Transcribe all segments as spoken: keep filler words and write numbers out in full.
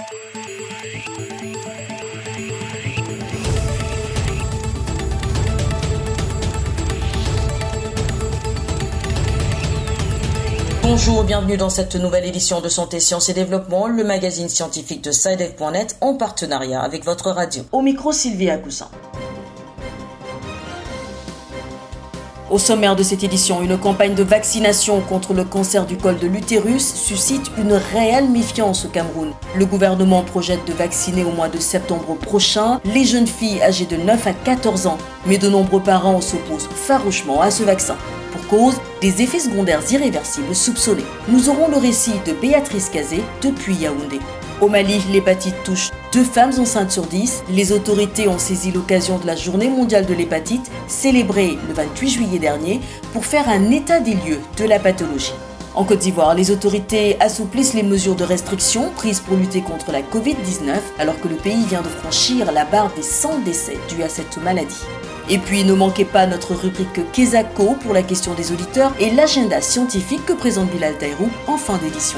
Bonjour, bienvenue dans cette nouvelle édition de Santé, Sciences et Développement, le magazine scientifique de SciDev point net en partenariat avec votre radio. Au micro, Sylvie Agoussin. Au sommaire de cette édition, une campagne de vaccination contre le cancer du col de l'utérus suscite une réelle méfiance au Cameroun. Le gouvernement projette de vacciner au mois de septembre prochain les jeunes filles âgées de neuf à quatorze ans. Mais de nombreux parents s'opposent farouchement à ce vaccin. Pour cause, des effets secondaires irréversibles soupçonnés. Nous aurons le récit de Béatrice Kazé depuis Yaoundé. Au Mali, l'hépatite touche deux femmes enceintes sur dix. Les autorités ont saisi l'occasion de la Journée mondiale de l'hépatite, célébrée le vingt-huit juillet dernier, pour faire un état des lieux de la pathologie. En Côte d'Ivoire, les autorités assouplissent les mesures de restriction prises pour lutter contre la covid dix-neuf, alors que le pays vient de franchir la barre des cent décès dus à cette maladie. Et puis, ne manquez pas notre rubrique Kesako pour la question des auditeurs et l'agenda scientifique que présente Bilal Taïrou en fin d'édition.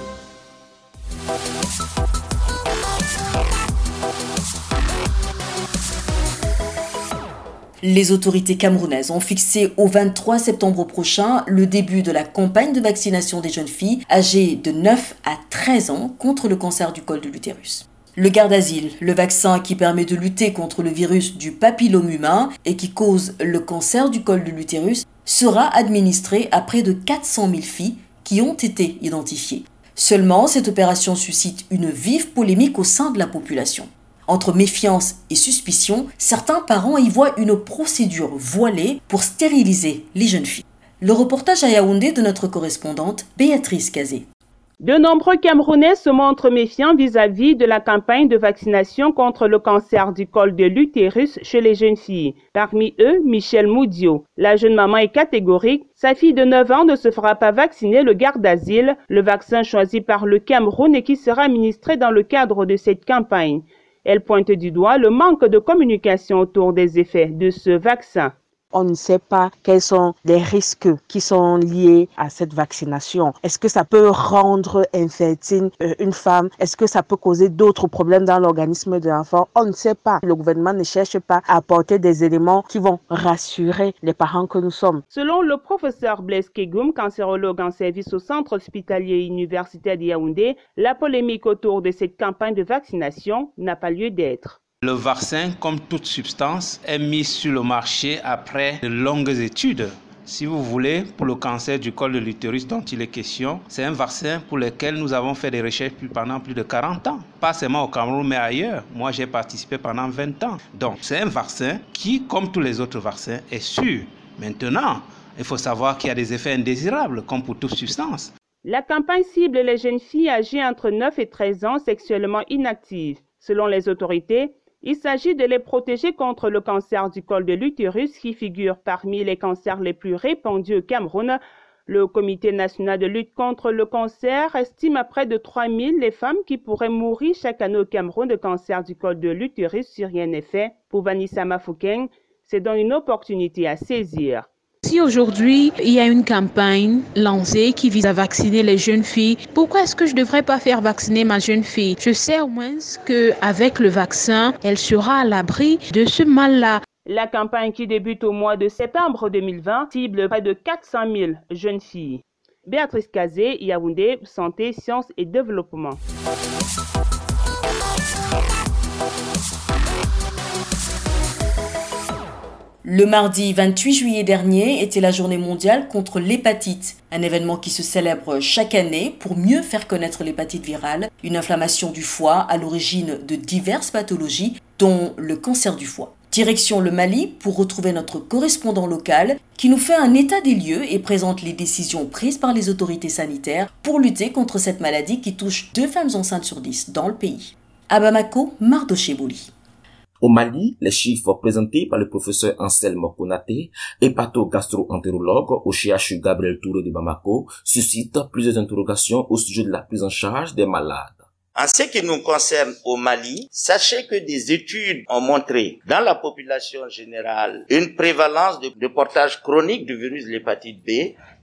Les autorités camerounaises ont fixé au vingt-trois septembre prochain le début de la campagne de vaccination des jeunes filles âgées de neuf à treize ans contre le cancer du col de l'utérus. Le Gardasil, le vaccin qui permet de lutter contre le virus du papillome humain et qui cause le cancer du col de l'utérus, sera administré à près de quatre cent mille filles qui ont été identifiées. Seulement, cette opération suscite une vive polémique au sein de la population. Entre méfiance et suspicion, certains parents y voient une procédure voilée pour stériliser les jeunes filles. Le reportage à Yaoundé de notre correspondante Béatrice Kazé. De nombreux Camerounais se montrent méfiants vis-à-vis de la campagne de vaccination contre le cancer du col de l'utérus chez les jeunes filles. Parmi eux, Michel Moudio. La jeune maman est catégorique. Sa fille de neuf ans ne se fera pas vacciner le Gardasil, le vaccin choisi par le Cameroun et qui sera administré dans le cadre de cette campagne. Elle pointe du doigt le manque de communication autour des effets de ce vaccin. On ne sait pas quels sont les risques qui sont liés à cette vaccination. Est-ce que ça peut rendre infertile une femme? Est-ce que ça peut causer d'autres problèmes dans l'organisme de l'enfant? On ne sait pas. Le gouvernement ne cherche pas à apporter des éléments qui vont rassurer les parents que nous sommes. Selon le professeur Blaise Kegoum, cancérologue en service au centre hospitalier universitaire de Yaoundé, la polémique autour de cette campagne de vaccination n'a pas lieu d'être. Le vaccin, comme toute substance, est mis sur le marché après de longues études. Si vous voulez, pour le cancer du col de l'utérus dont il est question, c'est un vaccin pour lequel nous avons fait des recherches pendant plus de quarante ans. Pas seulement au Cameroun, mais ailleurs. Moi, j'ai participé pendant vingt ans. Donc, c'est un vaccin qui, comme tous les autres vaccins, est sûr. Maintenant, il faut savoir qu'il y a des effets indésirables, comme pour toute substance. La campagne cible les jeunes filles âgées entre neuf et treize ans sexuellement inactives. Selon les autorités, il s'agit de les protéger contre le cancer du col de l'utérus qui figure parmi les cancers les plus répandus au Cameroun. Le Comité national de lutte contre le cancer estime à près de trois mille les femmes qui pourraient mourir chaque année au Cameroun de cancer du col de l'utérus si rien n'est fait. Pour Vanessa Mafouken, c'est donc une opportunité à saisir. Si aujourd'hui, il y a une campagne lancée qui vise à vacciner les jeunes filles, pourquoi est-ce que je ne devrais pas faire vacciner ma jeune fille? Je sais au moins qu'avec le vaccin, elle sera à l'abri de ce mal-là. La campagne qui débute au mois de septembre deux mille vingt cible près de quatre cent mille jeunes filles. Béatrice Kazé, Yaoundé, Santé, Sciences et Développement. Le mardi vingt-huit juillet dernier était la journée mondiale contre l'hépatite, un événement qui se célèbre chaque année pour mieux faire connaître l'hépatite virale, une inflammation du foie à l'origine de diverses pathologies, dont le cancer du foie. Direction le Mali pour retrouver notre correspondant local qui nous fait un état des lieux et présente les décisions prises par les autorités sanitaires pour lutter contre cette maladie qui touche deux femmes enceintes sur dix dans le pays. À Bamako, Mardoché Bouli. Au Mali, les chiffres présentés par le professeur Anselme Konaté, hépato-gastro-entérologue au C H U Gabriel Touré de Bamako, suscitent plusieurs interrogations au sujet de la prise en charge des malades. En ce qui nous concerne au Mali, sachez que des études ont montré dans la population générale une prévalence de, de portage chronique du virus de l'hépatite B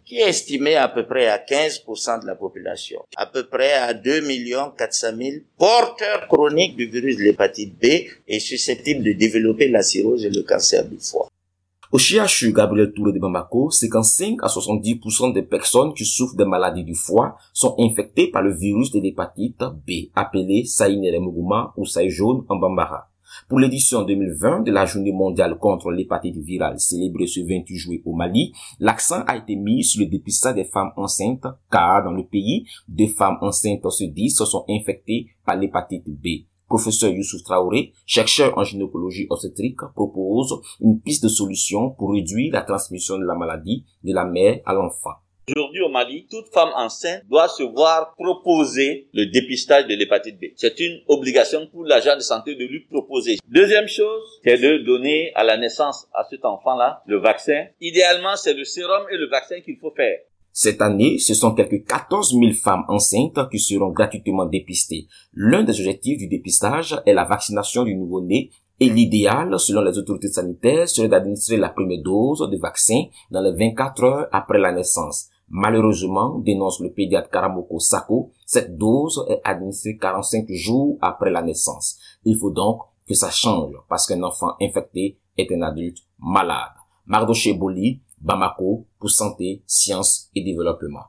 qui est estimé à peu près à quinze pour cent de la population, à peu près à deux millions quatre cent mille porteurs chroniques du virus de l'hépatite B et susceptibles de développer la cirrhose et le cancer du foie. Au C H U Gabriel Touré de Bamako, cinquante-cinq à soixante-dix pour cent des personnes qui souffrent des maladies du foie sont infectées par le virus de l'hépatite B, appelé Saïnere-Muguma ou Saï jaune en Bambara. Pour l'édition deux mille vingt de la Journée mondiale contre l'hépatite virale célébrée ce vingt-huit juillet au Mali, l'accent a été mis sur le dépistage des femmes enceintes, car dans le pays, deux femmes enceintes sur dix sont infectées par l'hépatite B. Professeur Youssouf Traoré, chercheur en gynécologie obstétrique, propose une piste de solution pour réduire la transmission de la maladie de la mère à l'enfant. Aujourd'hui au Mali, toute femme enceinte doit se voir proposer le dépistage de l'hépatite B. C'est une obligation pour l'agent de santé de lui proposer. Deuxième chose, c'est de donner à la naissance à cet enfant-là le vaccin. Idéalement, c'est le sérum et le vaccin qu'il faut faire. Cette année, ce sont quelques quatorze mille femmes enceintes qui seront gratuitement dépistées. L'un des objectifs du dépistage est la vaccination du nouveau-né et l'idéal, selon les autorités sanitaires, serait d'administrer la première dose de vaccin dans les vingt-quatre heures après la naissance. Malheureusement, dénonce le pédiatre Karamoko Sako, cette dose est administrée quarante-cinq jours après la naissance. Il faut donc que ça change parce qu'un enfant infecté est un adulte malade. Mardoché Boli, Bamako, pour Santé, Sciences et Développement.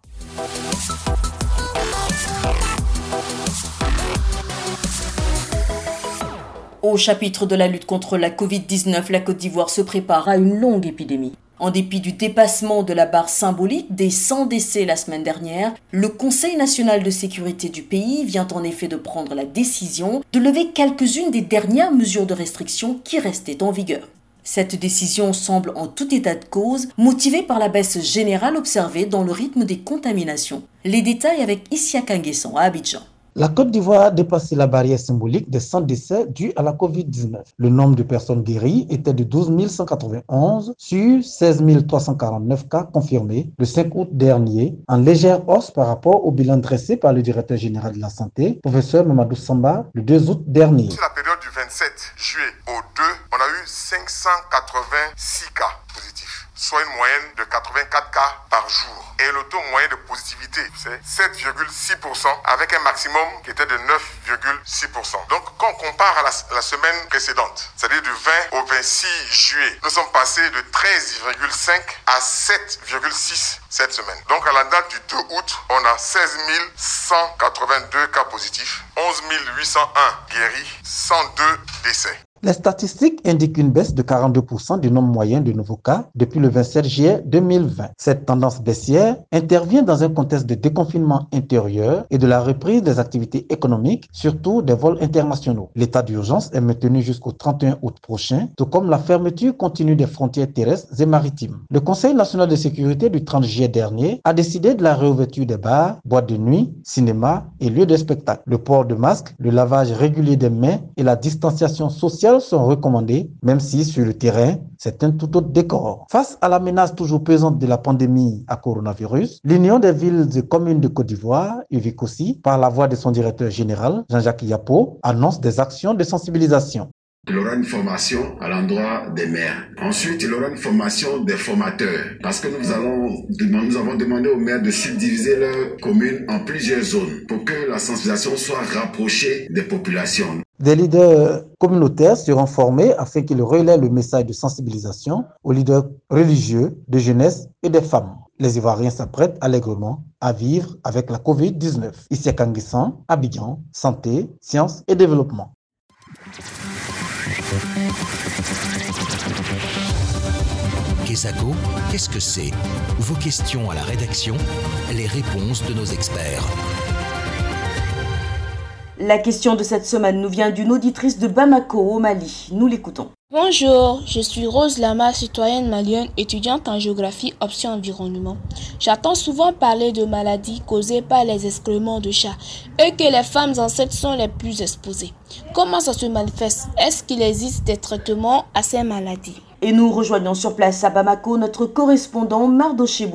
Au chapitre de la lutte contre la covid dix-neuf, la Côte d'Ivoire se prépare à une longue épidémie. En dépit du dépassement de la barre symbolique des cent décès la semaine dernière, le Conseil national de sécurité du pays vient en effet de prendre la décision de lever quelques-unes des dernières mesures de restriction qui restaient en vigueur. Cette décision semble en tout état de cause motivée par la baisse générale observée dans le rythme des contaminations. Les détails avec Isiaka Nguessan à Abidjan. La Côte d'Ivoire a dépassé la barrière symbolique des cent décès dus à la covid dix-neuf. Le nombre de personnes guéries était de douze mille cent quatre-vingt-onze sur seize mille trois cent quarante-neuf cas confirmés le cinq août dernier, en légère hausse par rapport au bilan dressé par le directeur général de la santé, professeur Mamadou Samba, le deux août dernier. Sur la période du vingt-sept juillet au deux, on a eu cinq cent quatre-vingt-six cas positifs, soit une moyenne de quatre-vingt-quatre cas par jour. Et le taux moyen de positivité, c'est sept virgule six pour cent avec un maximum qui était de neuf virgule six pour cent. Donc, quand on compare à la, la semaine précédente, c'est-à-dire du vingt au vingt-six juillet, nous sommes passés de treize virgule cinq à sept virgule six cette semaine. Donc, à la date du deux août, on a seize mille cent quatre-vingt-deux cas positifs, onze mille huit cent un guéris, cent deux décès. Les statistiques indiquent une baisse de quarante-deux pour cent du nombre moyen de nouveaux cas depuis le vingt-sept juillet deux mille vingt. Cette tendance baissière intervient dans un contexte de déconfinement intérieur et de la reprise des activités économiques, surtout des vols internationaux. L'état d'urgence est maintenu jusqu'au trente et un août prochain, tout comme la fermeture continue des frontières terrestres et maritimes. Le Conseil national de sécurité du trente juillet dernier a décidé de la réouverture des bars, boîtes de nuit, cinémas et lieux de spectacle. Le port de masques, le lavage régulier des mains et la distanciation sociale sont recommandés, même si sur le terrain, c'est un tout autre décor. Face à la menace toujours pesante de la pandémie à coronavirus, l'Union des villes et communes de Côte d'Ivoire, U V I C aussi, par la voix de son directeur général, Jean-Jacques Yapo, annonce des actions de sensibilisation. Il aura une formation à l'endroit des maires. Ensuite, il aura une formation des formateurs. Parce que nous allons demander, nous avons demandé aux maires de subdiviser leur commune en plusieurs zones pour que la sensibilisation soit rapprochée des populations. Des leaders communautaires seront formés afin qu'ils relaient le message de sensibilisation aux leaders religieux, de jeunesse et des femmes. Les Ivoiriens s'apprêtent allègrement à vivre avec la covid dix-neuf. Isiaka Nguessan, Abidjan, Santé, Sciences et Développement. Kesako, qu'est-ce que c'est? Vos questions à la rédaction, les réponses de nos experts. La question de cette semaine nous vient d'une auditrice de Bamako au Mali. Nous l'écoutons. Bonjour, je suis Rose Lama, citoyenne malienne, étudiante en géographie option environnement. J'entends souvent parler de maladies causées par les excréments de chats et que les femmes enceintes sont les plus exposées. Comment ça se manifeste? Est-ce qu'il existe des traitements à ces maladies? Et nous rejoignons sur place à Bamako notre correspondant Mardoché Boli.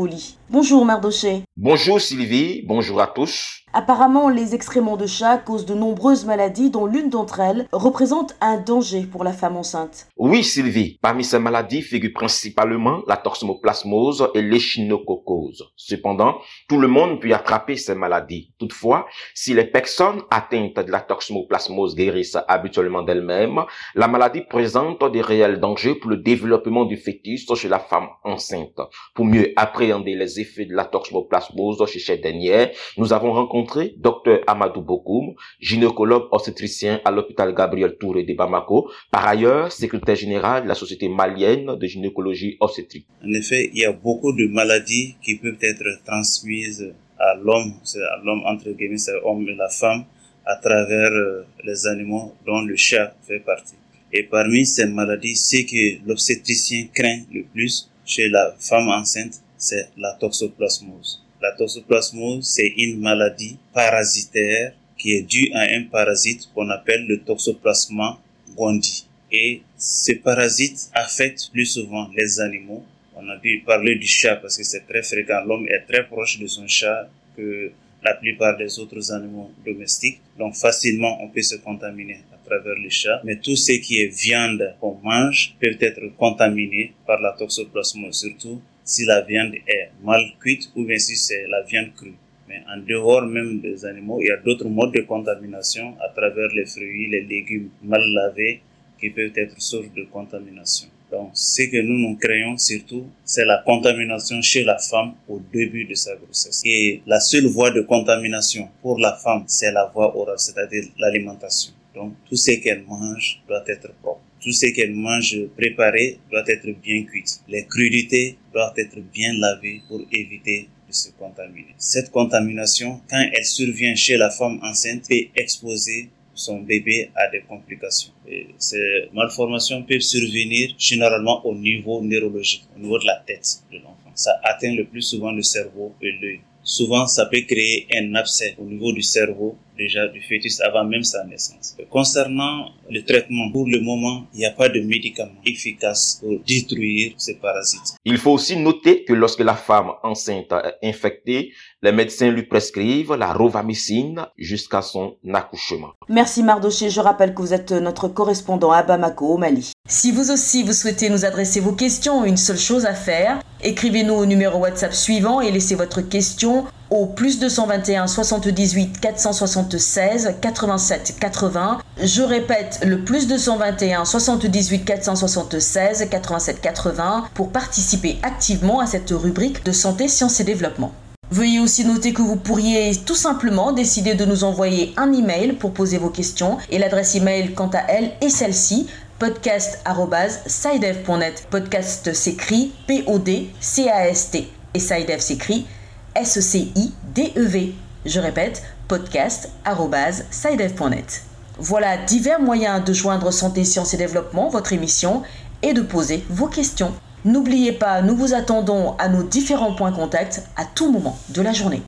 Bonjour Mardoché. Bonjour Sylvie, bonjour à tous. Apparemment, les excréments de chat causent de nombreuses maladies dont l'une d'entre elles représente un danger pour la femme enceinte. Oui Sylvie, parmi ces maladies figurent principalement la toxoplasmose et l'échinococcose. Cependant, tout le monde peut attraper ces maladies. Toutefois, si les personnes atteintes de la toxoplasmose guérissent habituellement d'elles-mêmes, la maladie présente des réels dangers pour le développement du fœtus chez la femme enceinte. Pour mieux appréhender les effets de la toxoplasmose chez cette dernière, nous avons rencontré Dr Amadou Bokoum, gynécologue obstétricien à l'hôpital Gabriel Touré de Bamako, par ailleurs secrétaire général de la Société malienne de gynécologie obstétrique. En effet, il y a beaucoup de maladies qui peuvent être transmises à l'homme, c'est à l'homme entre guillemets, c'est l'homme et la femme, à travers les animaux dont le chat fait partie. Et parmi ces maladies, ce que l'obstétricien craint le plus chez la femme enceinte, c'est la toxoplasmose. La toxoplasmose, c'est une maladie parasitaire qui est due à un parasite qu'on appelle le Toxoplasma gondii. Et ce parasite affecte plus souvent les animaux. On a dû parler du chat parce que c'est très fréquent. L'homme est très proche de son chat que la plupart des autres animaux domestiques. Donc facilement, on peut se contaminer à travers le chat. Mais tout ce qui est viande qu'on mange peut être contaminé par la toxoplasmose, surtout si la viande est mal cuite ou bien si c'est la viande crue. Mais en dehors même des animaux, il y a d'autres modes de contamination à travers les fruits, les légumes mal lavés qui peuvent être source de contamination. Donc, ce que nous nous craignons surtout, c'est la contamination chez la femme au début de sa grossesse. Et la seule voie de contamination pour la femme, c'est la voie orale, c'est-à-dire l'alimentation. Donc, tout ce qu'elle mange doit être propre. Tout ce qu'elle mange préparé doit être bien cuit. Les crudités doivent être bien lavées pour éviter de se contaminer. Cette contamination, quand elle survient chez la femme enceinte, peut exposer son bébé à des complications. Et ces malformations peuvent survenir généralement au niveau neurologique, au niveau de la tête de l'enfant. Ça atteint le plus souvent le cerveau et l'œil. Souvent, ça peut créer un abcès au niveau du cerveau, déjà du fœtus avant même sa naissance. Concernant le traitement, pour le moment, il n'y a pas de médicament efficace pour détruire ces parasites. Il faut aussi noter que lorsque la femme enceinte est infectée, les médecins lui prescrivent la rovamicine jusqu'à son accouchement. Merci Mardoché, je rappelle que vous êtes notre correspondant à Bamako, au Mali. Si vous aussi vous souhaitez nous adresser vos questions, une seule chose à faire, écrivez-nous au numéro WhatsApp suivant et laissez votre question au plus deux cent vingt et un soixante-dix-huit quatre cent soixante-seize quatre-vingt-sept quatre-vingts. Je répète, le plus deux cent vingt et un soixante-dix-huit quatre cent soixante-seize quatre-vingt-sept quatre-vingts pour participer activement à cette rubrique de santé, sciences et développement. Veuillez aussi noter que vous pourriez tout simplement décider de nous envoyer un email pour poser vos questions et l'adresse email quant à elle est celle-ci, podcast arobase sidev point net. Podcast s'écrit P O D C A S T et Sidev s'écrit S C I D E V. Je répète, podcast arobase sidev point net. Voilà divers moyens de joindre Santé, Sciences et Développement, votre émission, et de poser vos questions. N'oubliez pas, nous vous attendons à nos différents points contact à tout moment de la journée.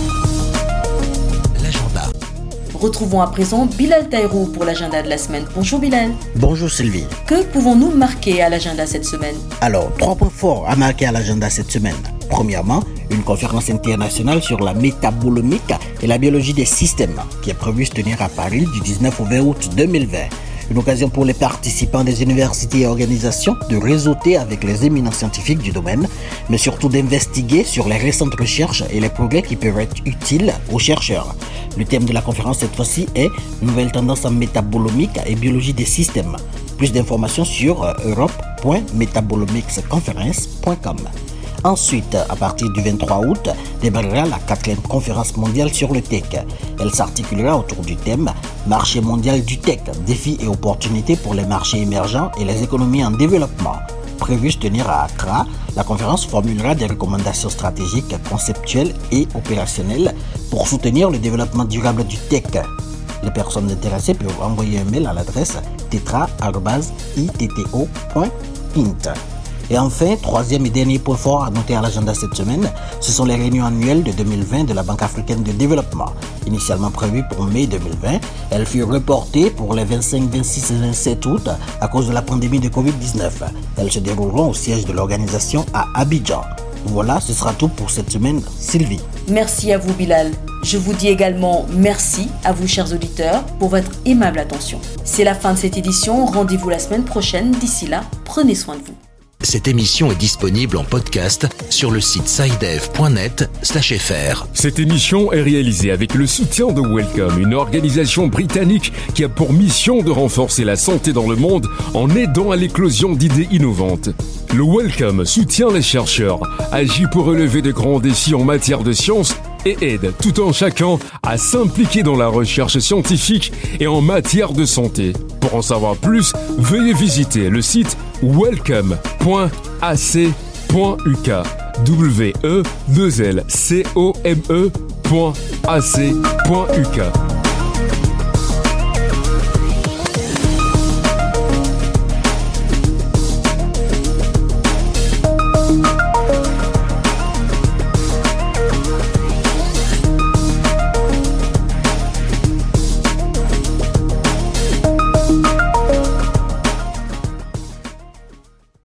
L'agenda. Retrouvons à présent Bilal Taïrou pour l'agenda de la semaine. Bonjour Bilal. Bonjour Sylvie. Que pouvons-nous marquer à l'agenda cette semaine? Alors, trois points forts à marquer à l'agenda cette semaine. Premièrement, une conférence internationale sur la métabolomique et la biologie des systèmes qui est prévue se tenir à Paris du dix-neuf au vingt août deux mille vingt. Une occasion pour les participants des universités et organisations de réseauter avec les éminents scientifiques du domaine, mais surtout d'investiguer sur les récentes recherches et les progrès qui peuvent être utiles aux chercheurs. Le thème de la conférence cette fois-ci est « Nouvelles tendances en métabolomique et biologie des systèmes ». Plus d'informations sur europe point metabolomics conference point com. Ensuite, à partir du vingt-trois août, démarrera la quatrième conférence mondiale sur le tech. Elle s'articulera autour du thème « Marché mondial du tech, défis et opportunités pour les marchés émergents et les économies en développement ». Prévue se tenir à Accra, la conférence formulera des recommandations stratégiques, conceptuelles et opérationnelles pour soutenir le développement durable du tech. Les personnes intéressées peuvent envoyer un mail à l'adresse tetra arobase i t t o point int. Et enfin, troisième et dernier point fort à noter à l'agenda cette semaine, ce sont les réunions annuelles de deux mille vingt de la Banque africaine de développement. Initialement prévues pour mai deux mille vingt, elles furent reportées pour les vingt-cinq, vingt-six et vingt-sept août à cause de la pandémie de covid dix-neuf. Elles se dérouleront au siège de l'organisation à Abidjan. Voilà, ce sera tout pour cette semaine. Sylvie. Merci à vous Bilal. Je vous dis également merci à vous chers auditeurs pour votre aimable attention. C'est la fin de cette édition, rendez-vous la semaine prochaine. D'ici là, prenez soin de vous. Cette émission est disponible en podcast sur le site scidev point net slash f r. Cette émission est réalisée avec le soutien de Wellcome, une organisation britannique qui a pour mission de renforcer la santé dans le monde en aidant à l'éclosion d'idées innovantes. Le Wellcome soutient les chercheurs, agit pour relever de grands défis en matière de sciences et aide tout un chacun à s'impliquer dans la recherche scientifique et en matière de santé. Pour en savoir plus, veuillez visiter le site wellcome point a c point u k w e deux l c o m e point a c point u k.